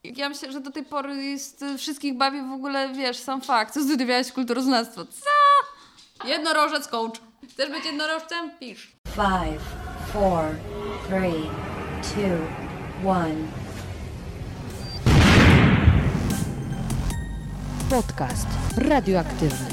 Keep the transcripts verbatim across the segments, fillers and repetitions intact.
Ja myślę, że do tej pory jest, wszystkich bawi w ogóle, wiesz, sam fakt. Co studiowałeś kulturoznawstwo? Co? Jednorożec coach. Chcesz być jednorożcem? Pisz. Five, four, three, two, one. Podcast radioaktywny.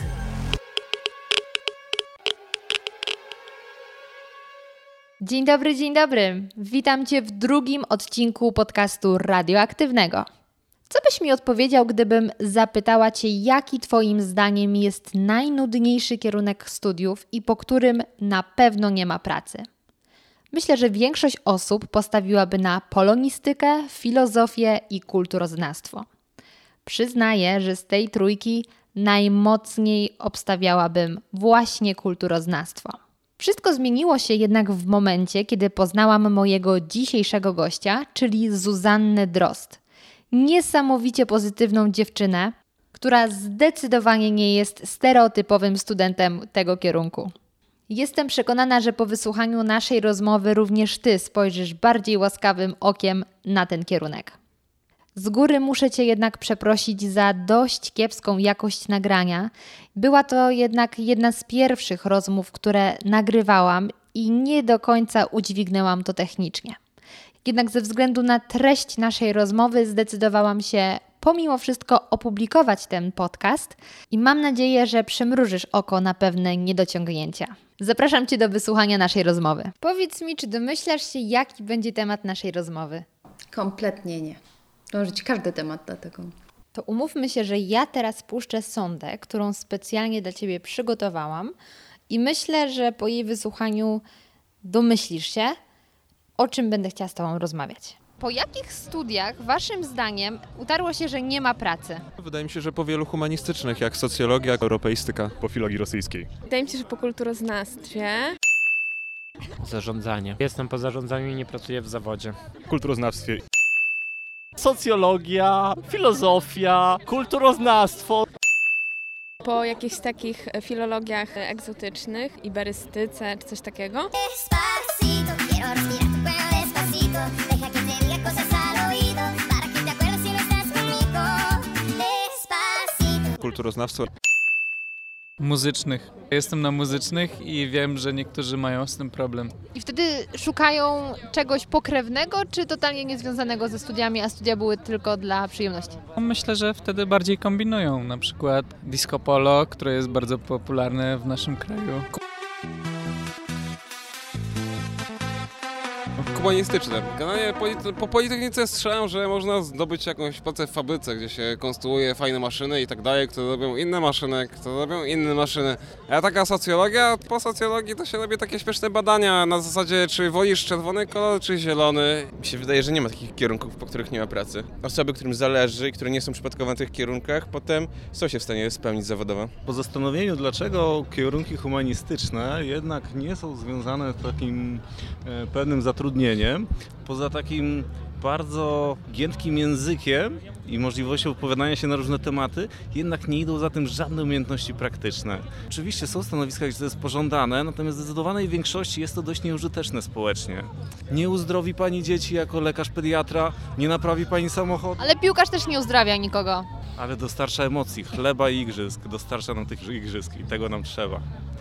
Dzień dobry, dzień dobry. Witam Cię w drugim odcinku podcastu radioaktywnego. Co byś mi odpowiedział, gdybym zapytała Cię, jaki Twoim zdaniem jest najnudniejszy kierunek studiów i po którym na pewno nie ma pracy? Myślę, że większość osób postawiłaby na polonistykę, filozofię i kulturoznawstwo. Przyznaję, że z tej trójki najmocniej obstawiałabym właśnie kulturoznawstwo. Wszystko zmieniło się jednak w momencie, kiedy poznałam mojego dzisiejszego gościa, czyli Zuzannę Drozd. Niesamowicie pozytywną dziewczynę, która zdecydowanie nie jest stereotypowym studentem tego kierunku. Jestem przekonana, że po wysłuchaniu naszej rozmowy również Ty spojrzysz bardziej łaskawym okiem na ten kierunek. Z góry muszę Cię jednak przeprosić za dość kiepską jakość nagrania. Była to jednak jedna z pierwszych rozmów, które nagrywałam i nie do końca udźwignęłam to technicznie. Jednak ze względu na treść naszej rozmowy zdecydowałam się pomimo wszystko opublikować ten podcast i mam nadzieję, że przymrużysz oko na pewne niedociągnięcia. Zapraszam Cię do wysłuchania naszej rozmowy. Powiedz mi, czy domyślasz się, jaki będzie temat naszej rozmowy? Kompletnie nie. Może Ci każdy temat dlatego. To umówmy się, że ja teraz puszczę sondę, którą specjalnie dla Ciebie przygotowałam i myślę, że po jej wysłuchaniu domyślisz się, o czym będę chciała z Tobą rozmawiać. Po jakich studiach Waszym zdaniem utarło się, że nie ma pracy? Wydaje mi się, że po wielu humanistycznych, jak socjologia, europeistyka. Po filologii rosyjskiej. Wydaje mi się, że po kulturoznawstwie. Zarządzanie. Jestem po zarządzaniu i nie pracuję w zawodzie. W kulturoznawstwie. Socjologia, filozofia, kulturoznawstwo. Po jakichś takich filologiach egzotycznych, iberystyce czy coś takiego. Kulturoznawstwo. Muzycznych. Jestem na muzycznych i wiem, że niektórzy mają z tym problem. I wtedy szukają czegoś pokrewnego, czy totalnie niezwiązanego ze studiami, a studia były tylko dla przyjemności? Myślę, że wtedy bardziej kombinują. Na przykład disco polo, które jest bardzo popularne w naszym kraju. Humanistyczne. Generalnie polity- po Politechnice słyszałem, że można zdobyć jakąś pracę w fabryce, gdzie się konstruuje fajne maszyny i tak dalej, które robią inne maszyny, które robią inne maszyny. A taka socjologia, po socjologii to się robi takie śmieszne badania na zasadzie, czy wolisz czerwony kolor, czy zielony. Mi się wydaje, że nie ma takich kierunków, po których nie ma pracy. Osoby, którym zależy i które nie są przypadkowo na tych kierunkach, potem są się w stanie spełnić zawodowo. Po zastanowieniu, dlaczego kierunki humanistyczne jednak nie są związane z takim e, pewnym zatrudnieniem, poza takim bardzo giętkim językiem i możliwością wypowiadania się na różne tematy, jednak nie idą za tym żadne umiejętności praktyczne. Oczywiście są stanowiska, gdzie to jest pożądane, natomiast w zdecydowanej większości jest to dość nieużyteczne społecznie. Nie uzdrowi Pani dzieci jako lekarz pediatra, nie naprawi Pani samochodu. Ale piłkarz też nie uzdrawia nikogo. Ale dostarcza emocji, chleba i igrzysk, dostarcza nam tych igrzysk i tego nam trzeba.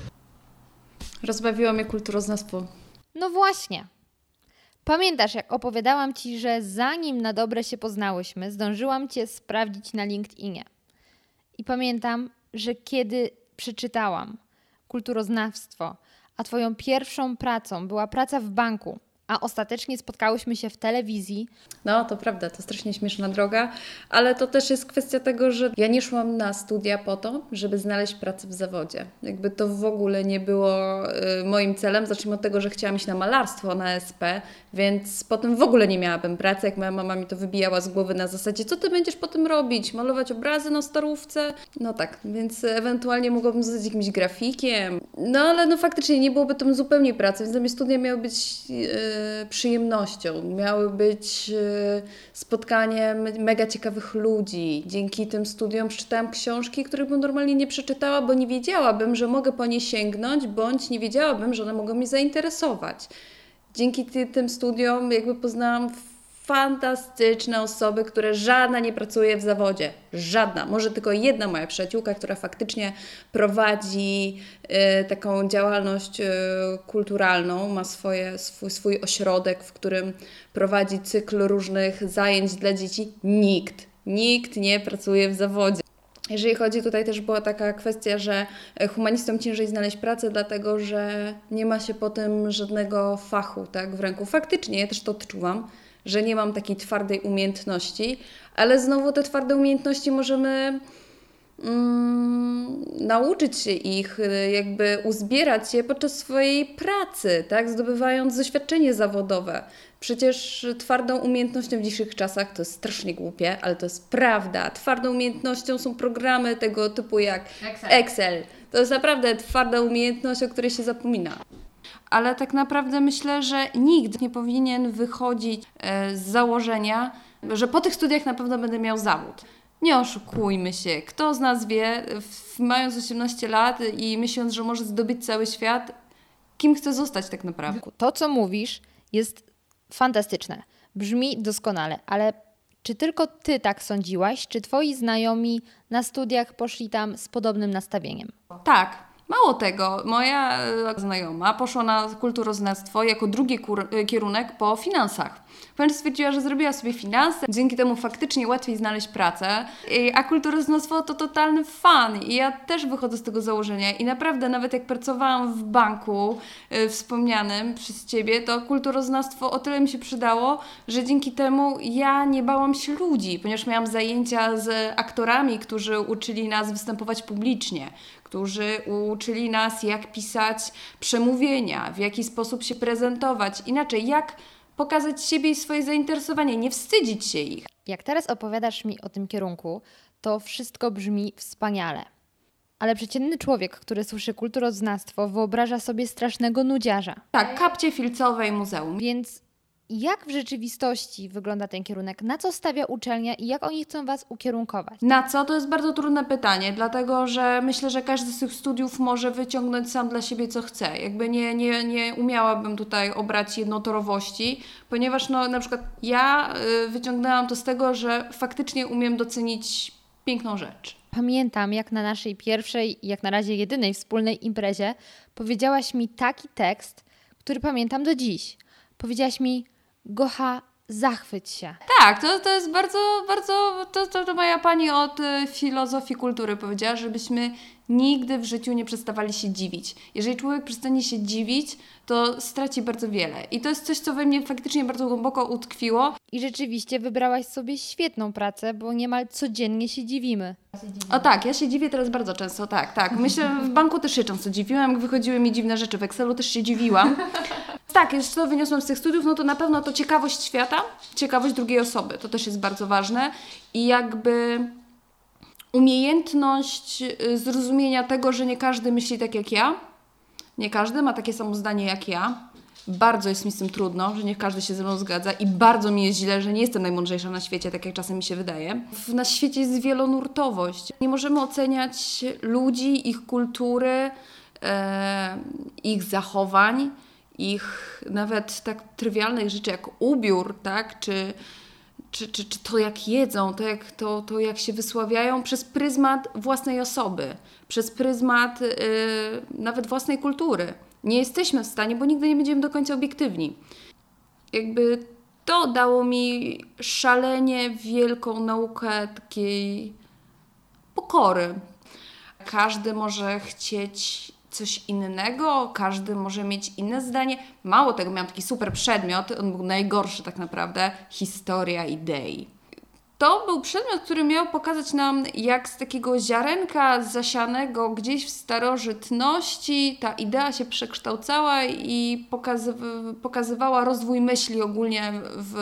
Rozbawiło mnie kulturoznawstwo. No właśnie. Pamiętasz, jak opowiadałam Ci, że zanim na dobre się poznałyśmy, zdążyłam Cię sprawdzić na LinkedInie. I pamiętam, że kiedy przeczytałam kulturoznawstwo, a Twoją pierwszą pracą była praca w banku, a ostatecznie spotkałyśmy się w telewizji. No, to prawda, to strasznie śmieszna droga, ale to też jest kwestia tego, że ja nie szłam na studia po to, żeby znaleźć pracę w zawodzie. Jakby to w ogóle nie było y, moim celem. Zacznijmy od tego, że chciałam iść na malarstwo, na S P, więc potem w ogóle nie miałabym pracy, jak moja mama mi to wybijała z głowy na zasadzie, co Ty będziesz potem robić? Malować obrazy na starówce? No tak, więc ewentualnie mogłabym zostać jakimś grafikiem. No ale no faktycznie nie byłoby tam zupełnie pracy, więc dla mnie studia miały być y, przyjemnością, miały być spotkaniem mega ciekawych ludzi. Dzięki tym studiom przeczytałam książki, których bym normalnie nie przeczytała, bo nie wiedziałabym, że mogę po nie sięgnąć, bądź nie wiedziałabym, że one mogą mnie zainteresować. Dzięki ty, tym studiom jakby poznałam fantastyczne osoby, które żadna nie pracuje w zawodzie. Żadna. Może tylko jedna moja przyjaciółka, która faktycznie prowadzi y, taką działalność y, kulturalną, ma swoje, swój, swój ośrodek, w którym prowadzi cykl różnych zajęć dla dzieci. Nikt. Nikt nie pracuje w zawodzie. Jeżeli chodzi, tutaj też była taka kwestia, że humanistom ciężej znaleźć pracę, dlatego że nie ma się potem żadnego fachu, tak, w ręku. Faktycznie, ja też to odczuwam, że nie mam takiej twardej umiejętności, ale znowu te twarde umiejętności możemy mm, nauczyć się ich, jakby uzbierać je podczas swojej pracy, tak, zdobywając doświadczenie zawodowe. Przecież twardą umiejętnością w dzisiejszych czasach, to jest strasznie głupie, ale to jest prawda, twardą umiejętnością są programy tego typu jak Excel. Excel. To jest naprawdę twarda umiejętność, o której się zapomina. Ale tak naprawdę myślę, że nikt nie powinien wychodzić z założenia, że po tych studiach na pewno będę miał zawód. Nie oszukujmy się. Kto z nas wie, mając osiemnaście lat i myśląc, że może zdobyć cały świat, kim chce zostać tak naprawdę? To, co mówisz, jest fantastyczne. Brzmi doskonale, ale czy tylko Ty tak sądziłaś, czy Twoi znajomi na studiach poszli tam z podobnym nastawieniem? Tak. Mało tego, moja znajoma poszła na kulturoznawstwo jako drugi kierunek po finansach. Ponieważ stwierdziła, że zrobiła sobie finanse, dzięki temu faktycznie łatwiej znaleźć pracę, a kulturoznawstwo to totalny fan i ja też wychodzę z tego założenia i naprawdę nawet jak pracowałam w banku y, wspomnianym przez Ciebie, to kulturoznawstwo o tyle mi się przydało, że dzięki temu ja nie bałam się ludzi, ponieważ miałam zajęcia z aktorami, którzy uczyli nas występować publicznie, którzy uczyli nas, jak pisać przemówienia, w jaki sposób się prezentować, inaczej, jak pokazać siebie i swoje zainteresowanie, nie wstydzić się ich. Jak teraz opowiadasz mi o tym kierunku, to wszystko brzmi wspaniale. Ale przeciętny człowiek, który słyszy kulturoznawstwo, wyobraża sobie strasznego nudziarza. Tak, kapcie filcowe i muzeum. Więc jak w rzeczywistości wygląda ten kierunek? Na co stawia uczelnia i jak oni chcą Was ukierunkować? Na co? To jest bardzo trudne pytanie, dlatego że myślę, że każdy z tych studiów może wyciągnąć sam dla siebie co chce. Jakby nie, nie, nie umiałabym tutaj obrać jednotorowości, ponieważ no, na przykład ja y, wyciągnęłam to z tego, że faktycznie umiem docenić piękną rzecz. Pamiętam, jak na naszej pierwszej i jak na razie jedynej wspólnej imprezie powiedziałaś mi taki tekst, który pamiętam do dziś. Powiedziałaś mi: Gocha, zachwyć się. Tak, to, to jest bardzo, bardzo, to, to, to moja pani od y, filozofii kultury powiedziała, żebyśmy nigdy w życiu nie przestawali się dziwić. Jeżeli człowiek przestanie się dziwić, to straci bardzo wiele. I to jest coś, co we mnie faktycznie bardzo głęboko utkwiło. I rzeczywiście wybrałaś sobie świetną pracę, bo niemal codziennie się dziwimy. O tak, ja się dziwię teraz bardzo często, tak, tak. Myślę, w banku też się często dziwiłam, jak wychodziły mi dziwne rzeczy, w Excelu też się dziwiłam. Tak, jeśli to wyniosłam z tych studiów, no to na pewno to ciekawość świata, ciekawość drugiej osoby, to też jest bardzo ważne i jakby umiejętność zrozumienia tego, że nie każdy myśli tak jak ja, nie każdy ma takie samo zdanie jak ja. Bardzo jest mi z tym trudno, że nie każdy się ze mną zgadza i bardzo mi jest źle, że nie jestem najmądrzejsza na świecie, tak jak czasem mi się wydaje. W, na świecie jest wielonurtowość. Nie możemy oceniać ludzi, ich kultury, e, ich zachowań, ich nawet tak trywialnych rzeczy jak ubiór, tak, czy, czy, czy, czy to jak jedzą, to jak, to, to jak się wysławiają przez pryzmat własnej osoby, przez pryzmat y, nawet własnej kultury. Nie jesteśmy w stanie, bo nigdy nie będziemy do końca obiektywni. Jakby to dało mi szalenie wielką naukę takiej pokory. Każdy może chcieć coś innego, każdy może mieć inne zdanie. Mało tego, miałam taki super przedmiot, on był najgorszy tak naprawdę, historia idei. To był przedmiot, który miał pokazać nam, jak z takiego ziarenka zasianego gdzieś w starożytności ta idea się przekształcała i pokazyw- pokazywała rozwój myśli ogólnie w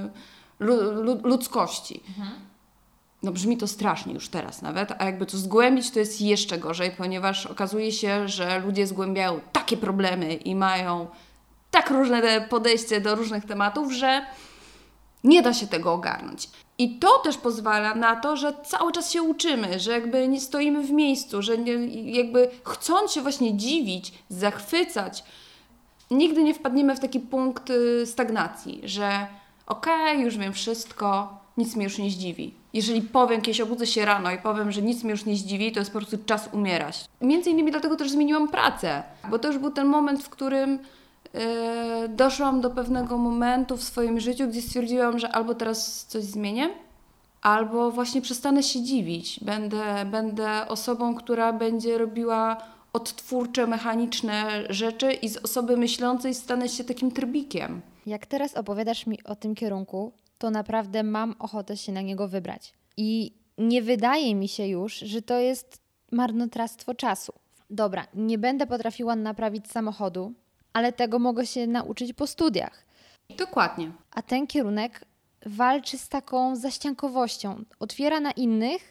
lu- ludzkości. Mhm. No brzmi to strasznie już teraz nawet, a jakby to zgłębić, to jest jeszcze gorzej, ponieważ okazuje się, że ludzie zgłębiają takie problemy i mają tak różne podejście do różnych tematów, że nie da się tego ogarnąć. I to też pozwala na to, że cały czas się uczymy, że jakby nie stoimy w miejscu, że nie, jakby chcąc się właśnie dziwić, zachwycać, nigdy nie wpadniemy w taki punkt stagnacji, że okej, okay, już wiem wszystko, nic mnie już nie zdziwi. Jeżeli powiem, kiedyś obudzę się rano i powiem, że nic mnie już nie zdziwi, to jest po prostu czas umierać. Między innymi dlatego też zmieniłam pracę, bo to już był ten moment, w którym yy, doszłam do pewnego momentu w swoim życiu, gdzie stwierdziłam, że albo teraz coś zmienię, albo właśnie przestanę się dziwić. Będę, będę osobą, która będzie robiła odtwórcze, mechaniczne rzeczy i z osoby myślącej stanę się takim trybikiem. Jak teraz opowiadasz mi o tym kierunku, to naprawdę mam ochotę się na niego wybrać. I nie wydaje mi się już, że to jest marnotrawstwo czasu. Dobra, nie będę potrafiła naprawić samochodu, ale tego mogę się nauczyć po studiach. Dokładnie. A ten kierunek walczy z taką zaściankowością. Otwiera na innych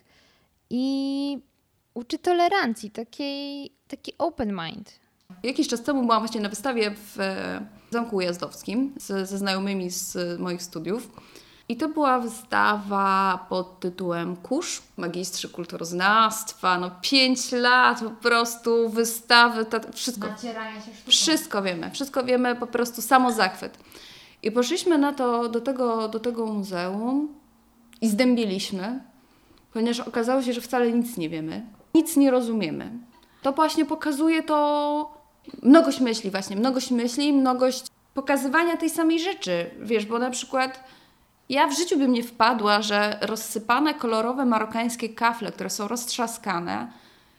i uczy tolerancji, takiej, taki open mind. Jakiś czas temu byłam właśnie na wystawie w Zamku Ujazdowskim z, ze znajomymi z moich studiów. I to była wystawa pod tytułem Kurz, magistrzy kulturoznawstwa. No pięć lat po prostu wystawy, ta, wszystko. Nacierania się sztuką. Wszystko wiemy, wszystko wiemy, po prostu samo zachwyt. I poszliśmy na to, do tego, do tego muzeum i zdębieliśmy, ponieważ okazało się, że wcale nic nie wiemy, nic nie rozumiemy. To właśnie pokazuje to mnogość myśli właśnie, mnogość myśli, mnogość pokazywania tej samej rzeczy. Wiesz, bo na przykład ja w życiu bym nie wpadła, że rozsypane kolorowe marokańskie kafle, które są roztrzaskane,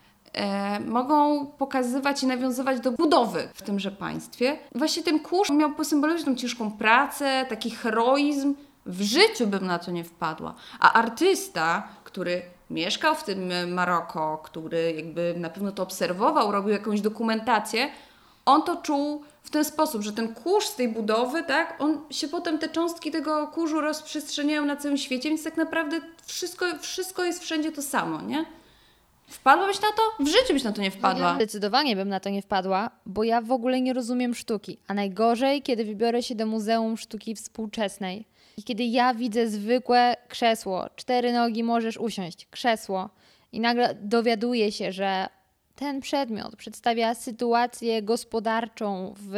e, mogą pokazywać i nawiązywać do budowy w tymże państwie. Właśnie ten kurz miał posymbolizować tą ciężką pracę, taki heroizm. W życiu bym na to nie wpadła. A artysta, który mieszkał w tym Maroko, który jakby na pewno to obserwował, robił jakąś dokumentację, on to czuł w ten sposób, że ten kurz z tej budowy, tak, on się potem, te cząstki tego kurzu rozprzestrzeniają na całym świecie, więc tak naprawdę wszystko, wszystko jest wszędzie to samo, nie? Wpadłabyś na to? W życiu byś na to nie wpadła. Zdecydowanie bym na to nie wpadła, bo ja w ogóle nie rozumiem sztuki. A najgorzej, kiedy wybiorę się do Muzeum Sztuki Współczesnej. I kiedy ja widzę zwykłe krzesło, cztery nogi możesz usiąść, krzesło i nagle dowiaduję się, że ten przedmiot przedstawia sytuację gospodarczą w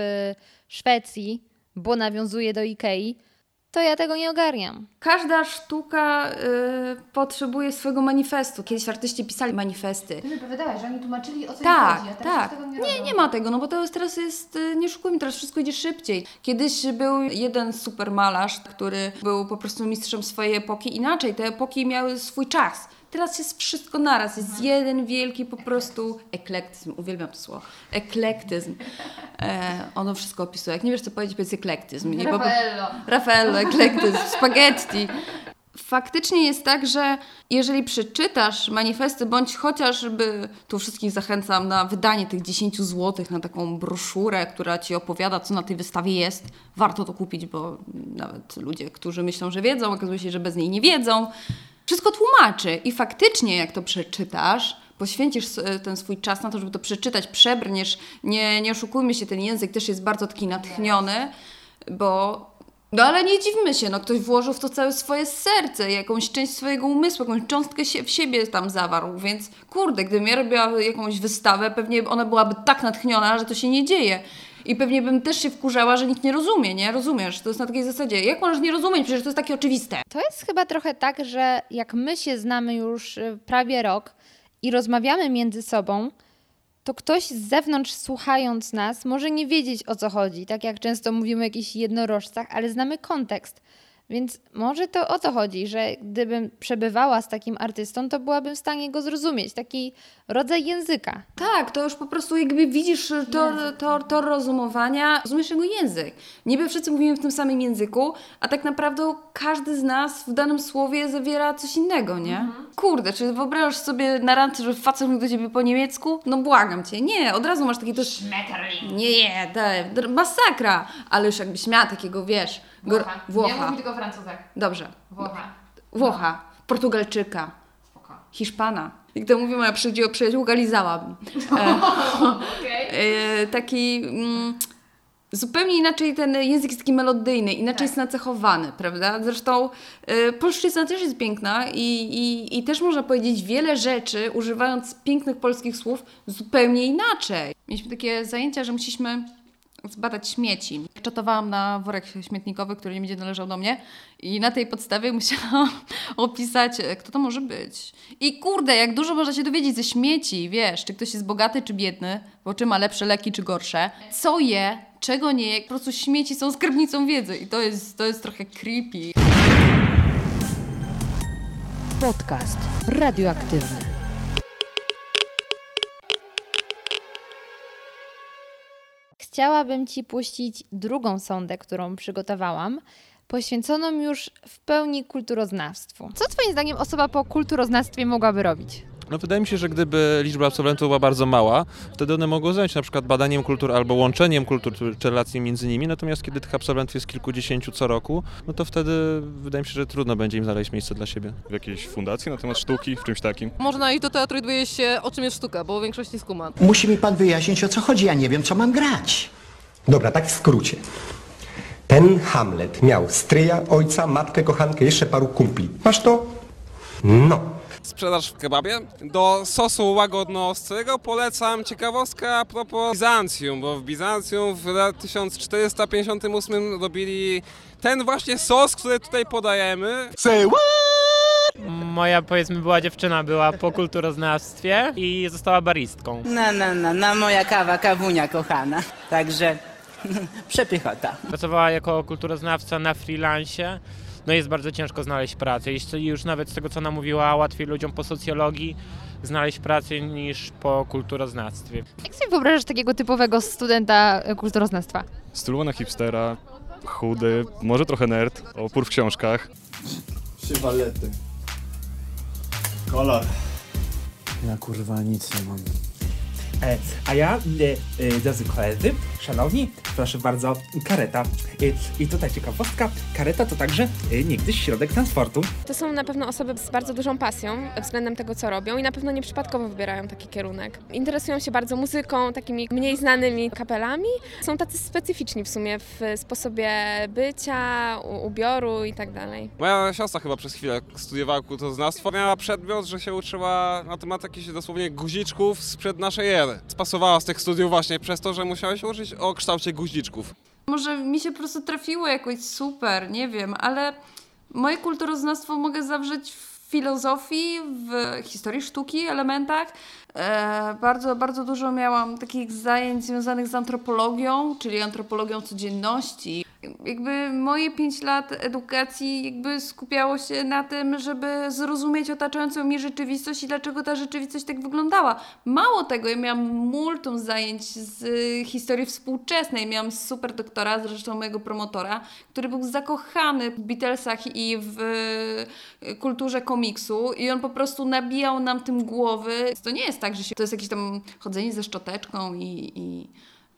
Szwecji, bo nawiązuje do Ikei, to ja tego nie ogarniam. Każda sztuka y, potrzebuje swojego manifestu. Kiedyś artyści pisali manifesty. Ty mi opowiadałaś, że oni tłumaczyli, o co tak, im chodzi, a teraz tak. tego nie Nie, robią. nie ma tego, no bo to jest, teraz jest, nie oszukujmy, teraz wszystko idzie szybciej. Kiedyś był jeden super malarz, który był po prostu mistrzem swojej epoki. Inaczej, te epoki miały swój czas. Teraz jest wszystko naraz, jest mhm. jeden wielki po prostu eklektyzm, uwielbiam to słowo, eklektyzm. E, ono wszystko opisuje. Jak nie wiesz, co powiedzieć, powiedz eklektyzm. Raffaello. Raffaello, eklektyzm, spaghetti. Faktycznie jest tak, że jeżeli przeczytasz manifesty, bądź chociażby, tu wszystkich zachęcam na wydanie tych dziesięć złotych na taką broszurę, która Ci opowiada, co na tej wystawie jest, warto to kupić, bo nawet ludzie, którzy myślą, że wiedzą, okazuje się, że bez niej nie wiedzą. Wszystko tłumaczy i faktycznie jak to przeczytasz, poświęcisz ten swój czas na to, żeby to przeczytać, przebrniesz, nie, nie oszukujmy się, ten język też jest bardzo taki natchniony, bo no ale nie dziwmy się, no ktoś włożył w to całe swoje serce, jakąś część swojego umysłu, jakąś cząstkę się, w siebie tam zawarł, więc kurde, gdybym ja robiła jakąś wystawę, pewnie ona byłaby tak natchniona, że to się nie dzieje. I pewnie bym też się wkurzała, że nikt nie rozumie, nie? Rozumiesz? To jest na takiej zasadzie. Jak możesz nie rozumieć? Przecież to jest takie oczywiste. To jest chyba trochę tak, że jak my się znamy już prawie rok i rozmawiamy między sobą, to ktoś z zewnątrz słuchając nas może nie wiedzieć, o co chodzi. Tak jak często mówimy o jakichś jednorożcach, ale znamy kontekst. Więc może to o to chodzi, że gdybym przebywała z takim artystą, to byłabym w stanie go zrozumieć. Taki rodzaj języka. Tak, to już po prostu jakby widzisz to, to, to rozumowania, rozumiesz jego język. Niby wszyscy mówimy w tym samym języku, a tak naprawdę każdy z nas w danym słowie zawiera coś innego, nie? Mhm. Kurde, czy wyobrażasz sobie na randce, że facet mówi do ciebie po niemiecku? No błagam cię, nie, od razu masz takie też... Schmetterling. Nie, te, masakra, ale już jakbyś miała takiego, wiesz... Włocha. Włocha. Nie mówię tylko o Francuzach. Dobrze. Włocha. Włocha. Portugalczyka. Spoko. Hiszpana. Jak to mówi moja przyjaciół, przyjaciółka, lizałabym. E, okay. e, taki... Mm, zupełnie inaczej ten język jest taki melodyjny, inaczej tak. jest nacechowany, prawda? Zresztą y, polszczyzna też jest piękna i, i, i też można powiedzieć wiele rzeczy, używając pięknych polskich słów, zupełnie inaczej. Mieliśmy takie zajęcia, że musieliśmy zbadać śmieci. Czatowałam na worek śmietnikowy, który nie będzie należał do mnie i na tej podstawie musiałam opisać, kto to może być. I kurde, jak dużo można się dowiedzieć ze śmieci, wiesz, czy ktoś jest bogaty, czy biedny, bo czy ma lepsze leki, czy gorsze, co je, czego nie je, po prostu śmieci są skarbnicą wiedzy i to jest, to jest trochę creepy. Podcast radioaktywny. Chciałabym Ci puścić drugą sondę, którą przygotowałam, poświęconą już w pełni kulturoznawstwu. Co Twoim zdaniem osoba po kulturoznawstwie mogłaby robić? No wydaje mi się, że gdyby liczba absolwentów była bardzo mała, wtedy one mogą zająć się na przykład badaniem kultur albo łączeniem kultur czy relacji między nimi, natomiast kiedy tych absolwentów jest kilkudziesięciu co roku, no to wtedy wydaje mi się, że trudno będzie im znaleźć miejsce dla siebie. W jakiejś fundacji na temat sztuki, w czymś takim. Można iść do teatru i dowiedzieć się, o czym jest sztuka, bo większość nie skuma. Musi mi pan wyjaśnić, o co chodzi, ja nie wiem, co mam grać. Dobra, tak w skrócie. Ten Hamlet miał stryja, ojca, matkę, kochankę, jeszcze paru kumpli. Masz to? No. Sprzedaż w kebabie. Do sosu łagodno-ostrego polecam ciekawostkę a propos Bizancjum, bo w Bizancjum w lat tysiąc czterysta pięćdziesiątym ósmym robili ten właśnie sos, który tutaj podajemy. Say what? Moja, powiedzmy, była dziewczyna, była po kulturoznawstwie i została baristką. No, no, no, no, moja kawa, kawunia kochana. Także przepychota. Pracowała jako kulturoznawca na freelancie. No jest bardzo ciężko znaleźć pracę. Jeśli już nawet z tego, co ona mówiła, łatwiej ludziom po socjologii znaleźć pracę niż po kulturoznawstwie. Jak sobie wyobrażasz takiego typowego studenta kulturoznawstwa? Stylowana hipstera, chudy, może trochę nerd, opór w książkach. Trzy walety. Kolor. Ja kurwa nic nie mam. E, a ja, e, e, drodzy koledzy, szanowni, proszę bardzo, kareta. E, I tutaj ciekawostka, kareta to także e, niegdyś środek transportu. To są na pewno osoby z bardzo dużą pasją względem tego, co robią i na pewno nieprzypadkowo wybierają taki kierunek. Interesują się bardzo muzyką, takimi mniej znanymi kapelami. Są tacy specyficzni w sumie w sposobie bycia, u, ubioru i tak dalej. Moja siostra chyba przez chwilę studiowała kulturoznawstwo. Miała przedmiot, że się uczyła na temat jakichś dosłownie guziczków sprzed naszej ery. Spasowała z tych studiów właśnie przez to, że musiała się uczyć o kształcie guziczków. Może mi się po prostu trafiło jakoś super, nie wiem, ale moje kulturoznawstwo mogę zawrzeć w filozofii, w historii sztuki, elementach. E, bardzo, bardzo dużo miałam takich zajęć związanych z antropologią, czyli antropologią codzienności. Jakby moje pięć lat edukacji jakby skupiało się na tym, żeby zrozumieć otaczającą mnie rzeczywistość i dlaczego ta rzeczywistość tak wyglądała. Mało tego, ja miałam multum zajęć z historii współczesnej. Miałam super doktora, zresztą mojego promotora, który był zakochany w Beatlesach i w kulturze komiksu i on po prostu nabijał nam tym głowy. To nie jest tak, że się, to jest jakieś tam chodzenie ze szczoteczką i... i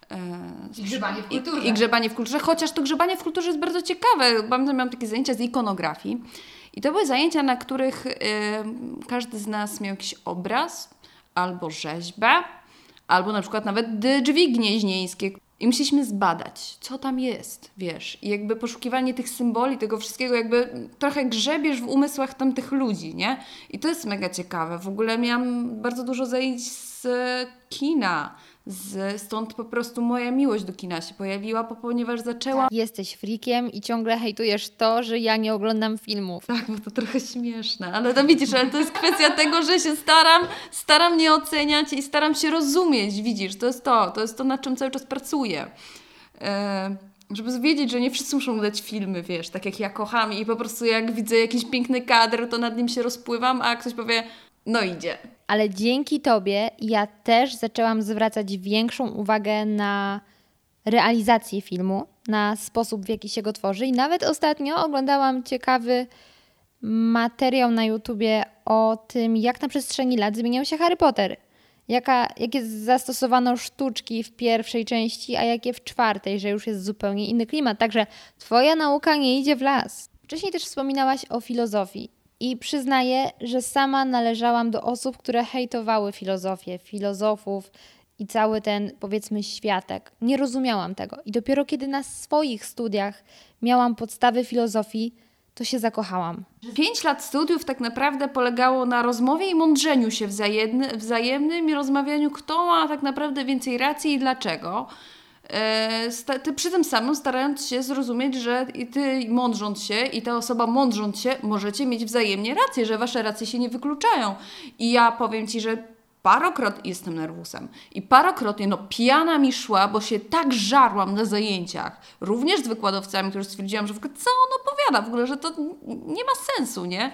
I grzebanie w kulturze. I, I grzebanie w kulturze, chociaż to grzebanie w kulturze jest bardzo ciekawe. Pamiętam, miałam takie zajęcia z ikonografii i to były zajęcia, na których y, każdy z nas miał jakiś obraz albo rzeźbę, albo na przykład nawet drzwi gnieźnieńskie. I musieliśmy zbadać, co tam jest, wiesz. I jakby poszukiwanie tych symboli, tego wszystkiego, jakby trochę grzebiesz w umysłach tamtych ludzi, nie? I to jest mega ciekawe. W ogóle miałam bardzo dużo zajęć z kina, Z, stąd po prostu moja miłość do kina się pojawiła, ponieważ zaczęłam... Jesteś freakiem i ciągle hejtujesz to, że ja nie oglądam filmów. Tak, bo to trochę śmieszne, ale to widzisz, ale to jest kwestia tego, że się staram, staram nie oceniać i staram się rozumieć, widzisz, to jest to, to jest to, nad czym cały czas pracuję. E, żeby wiedzieć, że nie wszyscy muszą oglądać filmy, wiesz, tak jak ja kocham i po prostu jak widzę jakiś piękny kadr, to nad nim się rozpływam, a ktoś powie, no idzie. Ale dzięki Tobie ja też zaczęłam zwracać większą uwagę na realizację filmu, na sposób, w jaki się go tworzy. I nawet ostatnio oglądałam ciekawy materiał na YouTubie o tym, jak na przestrzeni lat zmieniał się Harry Potter. Jaka, jakie zastosowano sztuczki w pierwszej części, a jakie w czwartej, że już jest zupełnie inny klimat. Także Twoja nauka nie idzie w las. Wcześniej też wspominałaś o filozofii. I przyznaję, że sama należałam do osób, które hejtowały filozofię, filozofów i cały ten, powiedzmy, światek. Nie rozumiałam tego. I dopiero kiedy na swoich studiach miałam podstawy filozofii, to się zakochałam. Pięć lat studiów tak naprawdę polegało na rozmowie i mądrzeniu się wzajemny, wzajemnym i rozmawianiu, kto ma tak naprawdę więcej racji i dlaczego. e, sta, ty, przy tym samym starając się zrozumieć, że i ty mądrząc się i ta osoba mądrząc się, możecie mieć wzajemnie rację, że wasze racje się nie wykluczają. I ja powiem ci, że parokrotnie jestem nerwusem i parokrotnie no pijana mi szła, bo się tak żarłam na zajęciach, również z wykładowcami, którzy stwierdziłam, że w ogóle co on opowiada, w ogóle, że to nie ma sensu, nie?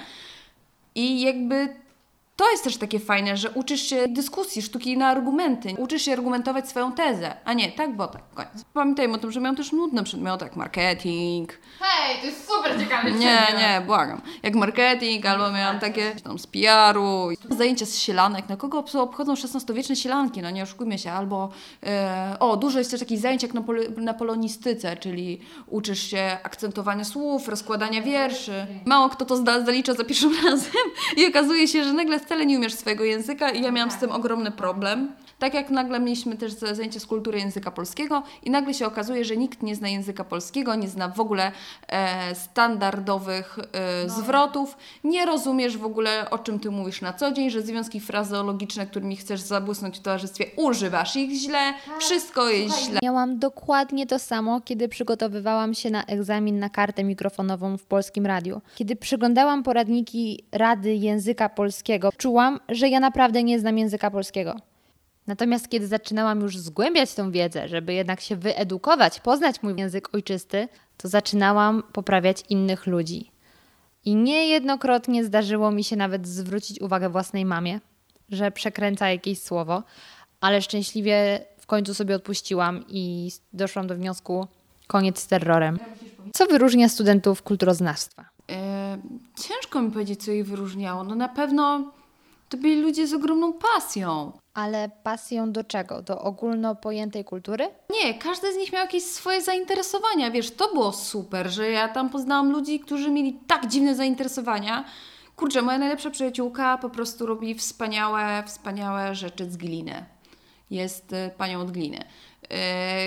I jakby to jest też takie fajne, że uczysz się dyskusji, sztuki na argumenty, uczysz się argumentować swoją tezę, a nie tak, bo tak, koniec. Pamiętajmy o tym, że miałam też nudne przedmioty, jak marketing. Hej, to jest super ciekawy Nie, nie, błagam. Jak marketing, albo miałam takie tam z P R-u, zajęcia z sielanek. No kogo obchodzą szesnastowieczne sielanki? No nie oszukujmy się. Albo, e, o, dużo jest też takich zajęć jak na, pol- na polonistyce, czyli uczysz się akcentowania słów, rozkładania wierszy. Mało kto to zda- zalicza za pierwszym razem i okazuje się, że nagle wcale nie umiesz swojego języka i ja miałam z tym ogromny problem. Tak jak nagle mieliśmy też zajęcie z kultury języka polskiego i nagle się okazuje, że nikt nie zna języka polskiego, nie zna w ogóle e, standardowych e, zwrotów, nie rozumiesz w ogóle, o czym ty mówisz na co dzień, że związki frazeologiczne, którymi chcesz zabłysnąć w towarzystwie, używasz ich źle, wszystko jest źle. Miałam dokładnie to samo, kiedy przygotowywałam się na egzamin na kartę mikrofonową w Polskim Radiu. Kiedy przeglądałam poradniki Rady Języka Polskiego, czułam, że ja naprawdę nie znam języka polskiego. Natomiast kiedy zaczynałam już zgłębiać tą wiedzę, żeby jednak się wyedukować, poznać mój język ojczysty, to zaczynałam poprawiać innych ludzi. I niejednokrotnie zdarzyło mi się nawet zwrócić uwagę własnej mamie, że przekręca jakieś słowo, ale szczęśliwie w końcu sobie odpuściłam i doszłam do wniosku, koniec z terrorem. Co wyróżnia studentów kulturoznawstwa? E, ciężko mi powiedzieć, co ich wyróżniało. No na pewno to byli ludzie z ogromną pasją. Ale pasją do czego? Do ogólno pojętej kultury? Nie, każdy z nich miał jakieś swoje zainteresowania. Wiesz, to było super, że ja tam poznałam ludzi, którzy mieli tak dziwne zainteresowania. Kurczę, moja najlepsza przyjaciółka po prostu robi wspaniałe, wspaniałe rzeczy z gliny. Jest y, panią od gliny. Yy,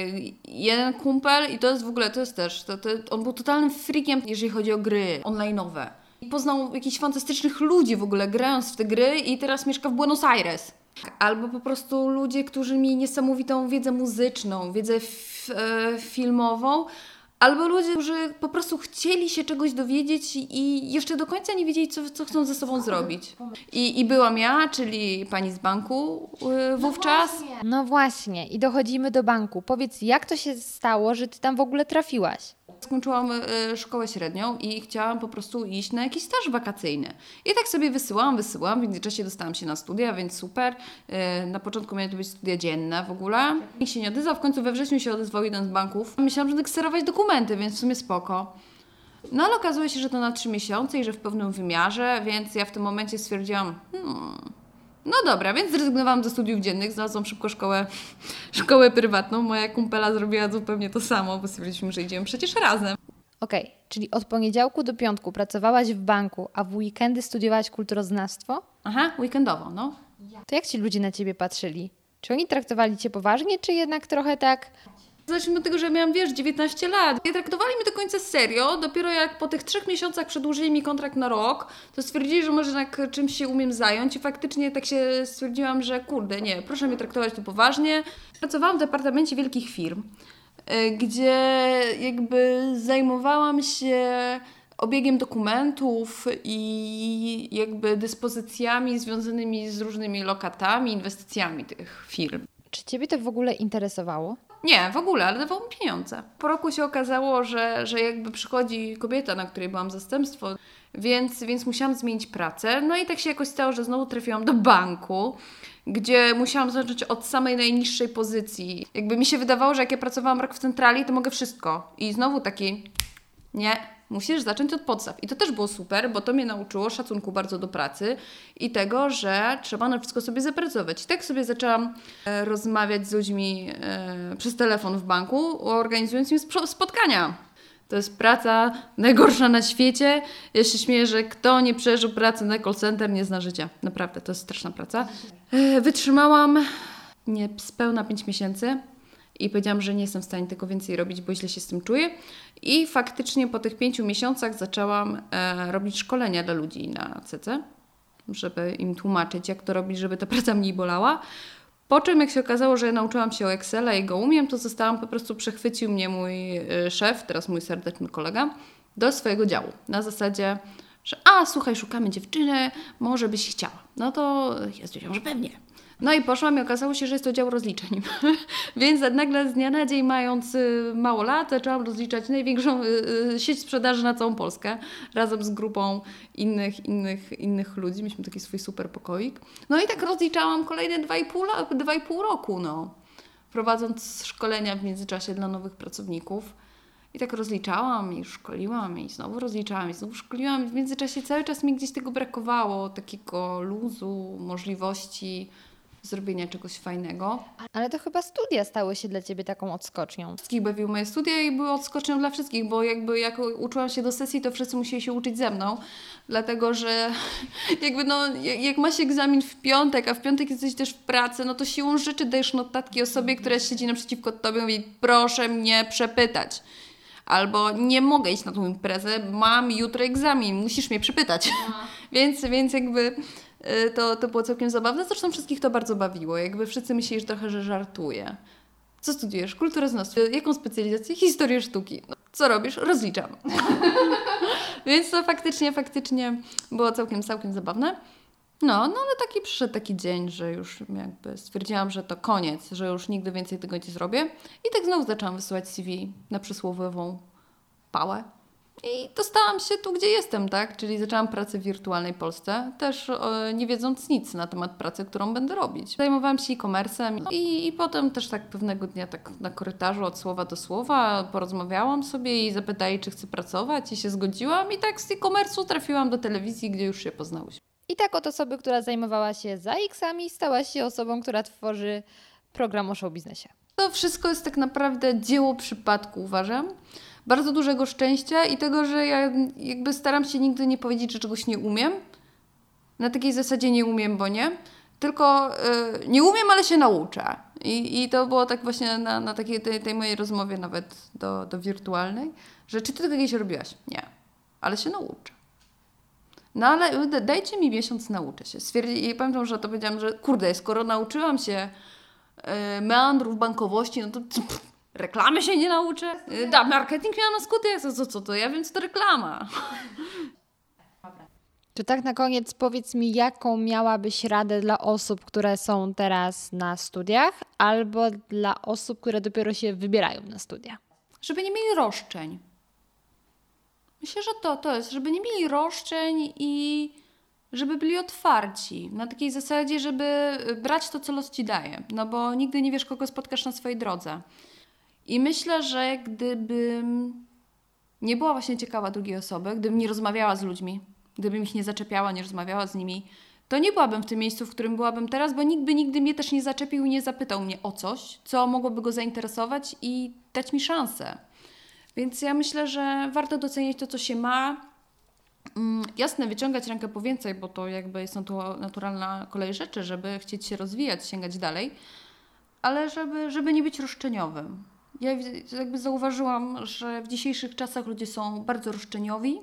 jeden kumpel, i to jest w ogóle, to jest też, to, to, on był totalnym freakiem, jeżeli chodzi o gry online'owe. Poznał jakichś fantastycznych ludzi w ogóle, grając w te gry i teraz mieszka w Buenos Aires. Albo po prostu ludzie, którzy mieli niesamowitą wiedzę muzyczną, wiedzę f- e, filmową, albo ludzie, którzy po prostu chcieli się czegoś dowiedzieć i jeszcze do końca nie wiedzieli, co, co chcą ze sobą zrobić. I, I byłam ja, czyli pani z banku yy, wówczas. No właśnie. no właśnie, i dochodzimy do banku. Powiedz, jak to się stało, że ty tam w ogóle trafiłaś? Skończyłam y, szkołę średnią i chciałam po prostu iść na jakiś staż wakacyjny. I tak sobie wysyłałam, wysyłałam. W międzyczasie dostałam się na studia, więc super. Y, na początku miały to być studia dzienne w ogóle. Nikt się nie odezwał. W końcu we wrześniu się odezwał jeden z banków. Myślałam, że będę kserować dokumenty, więc w sumie spoko. No ale okazuje się, że to na trzy miesiące i że w pewnym wymiarze, więc ja w tym momencie stwierdziłam, hmm, no dobra, więc zrezygnowałam ze studiów dziennych, znalazłam szybko szkołę, szkołę prywatną. Moja kumpela zrobiła zupełnie to samo, bo stwierdziliśmy, że idziemy przecież razem. Okej, okay, czyli od poniedziałku do piątku pracowałaś w banku, a w weekendy studiowałaś kulturoznawstwo? Aha, weekendowo, no. To jak ci ludzie na ciebie patrzyli? Czy oni traktowali cię poważnie, czy jednak trochę tak... Zacznijmy od tego, że miałam, wiesz, dziewiętnaście lat. Nie traktowali mnie do końca serio. Dopiero jak po tych trzech miesiącach przedłużyli mi kontrakt na rok, to stwierdzili, że może jednak czymś się umiem zająć i faktycznie tak się stwierdziłam, że kurde, nie, proszę mnie traktować tu poważnie. Pracowałam w departamencie wielkich firm, gdzie jakby zajmowałam się obiegiem dokumentów i jakby dyspozycjami związanymi z różnymi lokatami, inwestycjami tych firm. Czy ciebie to w ogóle interesowało? Nie, w ogóle, ale dawało mi pieniądze. Po roku się okazało, że, że jakby przychodzi kobieta, na której byłam zastępstwo, więc, więc musiałam zmienić pracę. No i tak się jakoś stało, że znowu trafiłam do banku, gdzie musiałam zacząć od samej najniższej pozycji. Jakby mi się wydawało, że jak ja pracowałam rok w centrali, to mogę wszystko. I znowu taki, nie, musisz zacząć od podstaw. I to też było super, bo to mnie nauczyło szacunku bardzo do pracy i tego, że trzeba na wszystko sobie zapracować. I tak sobie zaczęłam e, rozmawiać z ludźmi e, przez telefon w banku, organizując im sp- spotkania. To jest praca najgorsza na świecie. Ja się śmieję, że kto nie przeżył pracy na call center, nie zna życia. Naprawdę, to jest straszna praca. E, wytrzymałam niespełna pięć miesięcy. I powiedziałam, że nie jestem w stanie tego więcej robić, bo źle się z tym czuję. I faktycznie po tych pięciu miesiącach zaczęłam e, robić szkolenia dla ludzi na C C, żeby im tłumaczyć, jak to robić, żeby ta praca mniej bolała. Po czym jak się okazało, że ja nauczyłam się o Excela i go umiem, to zostałam, po prostu przechwycił mnie mój y, szef, teraz mój serdeczny kolega, do swojego działu. Na zasadzie, że a słuchaj, szukamy dziewczyny, może byś chciała. No to ja stwierdziłam, że pewnie. No i poszłam i okazało się, że jest to dział rozliczeń. Więc nagle z dnia na dzień, mając y, mało lat, zaczęłam rozliczać największą y, y, sieć sprzedaży na całą Polskę razem z grupą innych, innych, innych ludzi. Mieliśmy taki swój super pokoik. No i tak rozliczałam kolejne dwa i pół, dwa i pół roku, no. Prowadząc szkolenia w międzyczasie dla nowych pracowników. I tak rozliczałam i szkoliłam i znowu rozliczałam i znowu szkoliłam. W międzyczasie cały czas mi gdzieś tego brakowało, takiego luzu, możliwości zrobienia czegoś fajnego. Ale to chyba studia stały się dla Ciebie taką odskocznią. Wszystkich bawiły moje studia i były odskocznią dla wszystkich, bo jakby jak uczyłam się do sesji, to wszyscy musieli się uczyć ze mną, dlatego że jakby no, jak masz egzamin w piątek, a w piątek jesteś też w pracy, no to siłą rzeczy dajesz notatki osobie, która siedzi naprzeciwko Tobie i mówi, proszę mnie przepytać. Albo nie mogę iść na tą imprezę, mam jutro egzamin, musisz mnie przepytać. No. więc, więc jakby to, to było całkiem zabawne. Zresztą wszystkich to bardzo bawiło. Jakby wszyscy myśleli, że trochę, że żartuję. Co studiujesz? Kulturoznawstwo. Jaką specjalizację? Historię sztuki. No, co robisz? Rozliczam. Więc to faktycznie, faktycznie było całkiem, całkiem zabawne. No, no ale taki przyszedł taki dzień, że już jakby stwierdziłam, że to koniec, że już nigdy więcej tego nie zrobię. I tak znowu zaczęłam wysyłać C V na przysłowiową pałę. I dostałam się tu, gdzie jestem, tak? Czyli zaczęłam pracę w wirtualnej Polsce, też o, nie wiedząc nic na temat pracy, którą będę robić. Zajmowałam się e-commerce'em i, i potem też tak pewnego dnia tak na korytarzu od słowa do słowa porozmawiałam sobie i zapytali, czy chcę pracować i się zgodziłam i tak z e-commerce'u trafiłam do telewizji, gdzie już się poznałyśmy. I tak od osoby, która zajmowała się za X-ami, stała się osobą, która tworzy program o showbiznesie. To wszystko jest tak naprawdę dzieło przypadku, uważam. Bardzo dużego szczęścia i tego, że ja jakby staram się nigdy nie powiedzieć, że czegoś nie umiem. Na takiej zasadzie nie umiem, bo nie. Tylko yy, nie umiem, ale się nauczę. I, i to było tak właśnie na, na takiej tej, tej mojej rozmowie nawet do, do wirtualnej, że czy ty tego kiedyś robiłaś? Nie. Ale się nauczę. No ale dajcie mi miesiąc, nauczę się. Stwierdzi, I pamiętam, że to powiedziałam, że kurde, skoro nauczyłam się yy, meandrów bankowości, no to pff, reklamy się nie nauczę. Yy, da, marketing miałam na skutek, co, co, co to? Ja wiem, co to reklama. To tak na koniec powiedz mi, jaką miałabyś radę dla osób, które są teraz na studiach albo dla osób, które dopiero się wybierają na studia? Żeby nie mieli roszczeń. Myślę, że to, to jest, żeby nie mieli roszczeń i żeby byli otwarci. Na takiej zasadzie, żeby brać to, co los ci daje. No bo nigdy nie wiesz, kogo spotkasz na swojej drodze. I myślę, że gdybym nie była właśnie ciekawa drugiej osoby, gdybym nie rozmawiała z ludźmi, gdybym ich nie zaczepiała, nie rozmawiała z nimi, to nie byłabym w tym miejscu, w którym byłabym teraz, bo nikt by nigdy mnie też nie zaczepił i nie zapytał mnie o coś, co mogłoby go zainteresować i dać mi szansę. Więc ja myślę, że warto doceniać to, co się ma. Mm, jasne, wyciągać rękę po więcej, bo to jakby jest to naturalna kolej rzeczy, żeby chcieć się rozwijać, sięgać dalej, ale żeby, żeby nie być roszczeniowym. Ja jakby zauważyłam, że w dzisiejszych czasach ludzie są bardzo roszczeniowi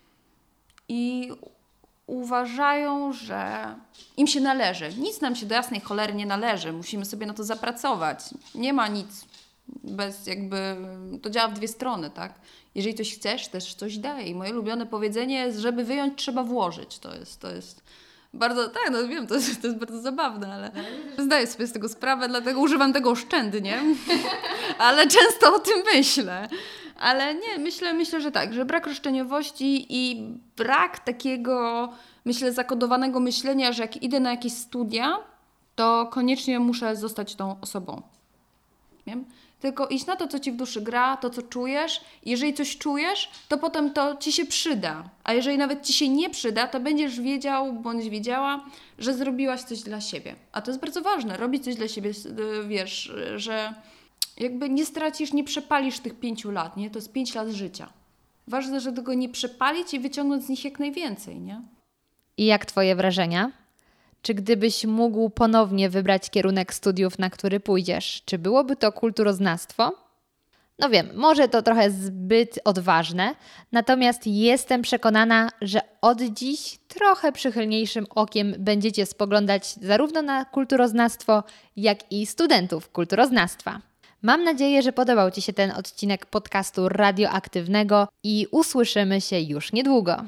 i uważają, że im się należy. Nic nam się do jasnej cholery nie należy. Musimy sobie na to zapracować. Nie ma nic bez jakby... To działa w dwie strony, tak? Jeżeli coś chcesz, też coś daj. Moje ulubione powiedzenie jest, żeby wyjąć, trzeba włożyć. To jest... To jest bardzo... Tak, no wiem, to jest, to jest bardzo zabawne, ale zdaję sobie z tego sprawę, dlatego używam tego oszczędnie. Ale często o tym myślę. Ale nie, myślę, myślę, że tak, że brak roszczeniowości i brak takiego, myślę, zakodowanego myślenia, że jak idę na jakieś studia, to koniecznie muszę zostać tą osobą. Wiem? Tylko iść na to, co ci w duszy gra, to, co czujesz. Jeżeli coś czujesz, to potem to ci się przyda. A jeżeli nawet ci się nie przyda, to będziesz wiedział, bądź wiedziała, że zrobiłaś coś dla siebie. A to jest bardzo ważne, robić coś dla siebie, wiesz, że... Jakby nie stracisz, nie przepalisz tych pięciu lat, nie? To jest pięć lat życia. Ważne, że tego nie przepalić i wyciągnąć z nich jak najwięcej, nie? I jak twoje wrażenia? Czy gdybyś mógł ponownie wybrać kierunek studiów, na który pójdziesz, czy byłoby to kulturoznawstwo? No wiem, może to trochę zbyt odważne, natomiast jestem przekonana, że od dziś trochę przychylniejszym okiem będziecie spoglądać zarówno na kulturoznawstwo, jak i studentów kulturoznawstwa. Mam nadzieję, że podobał Ci się ten odcinek podcastu radioaktywnego i usłyszymy się już niedługo.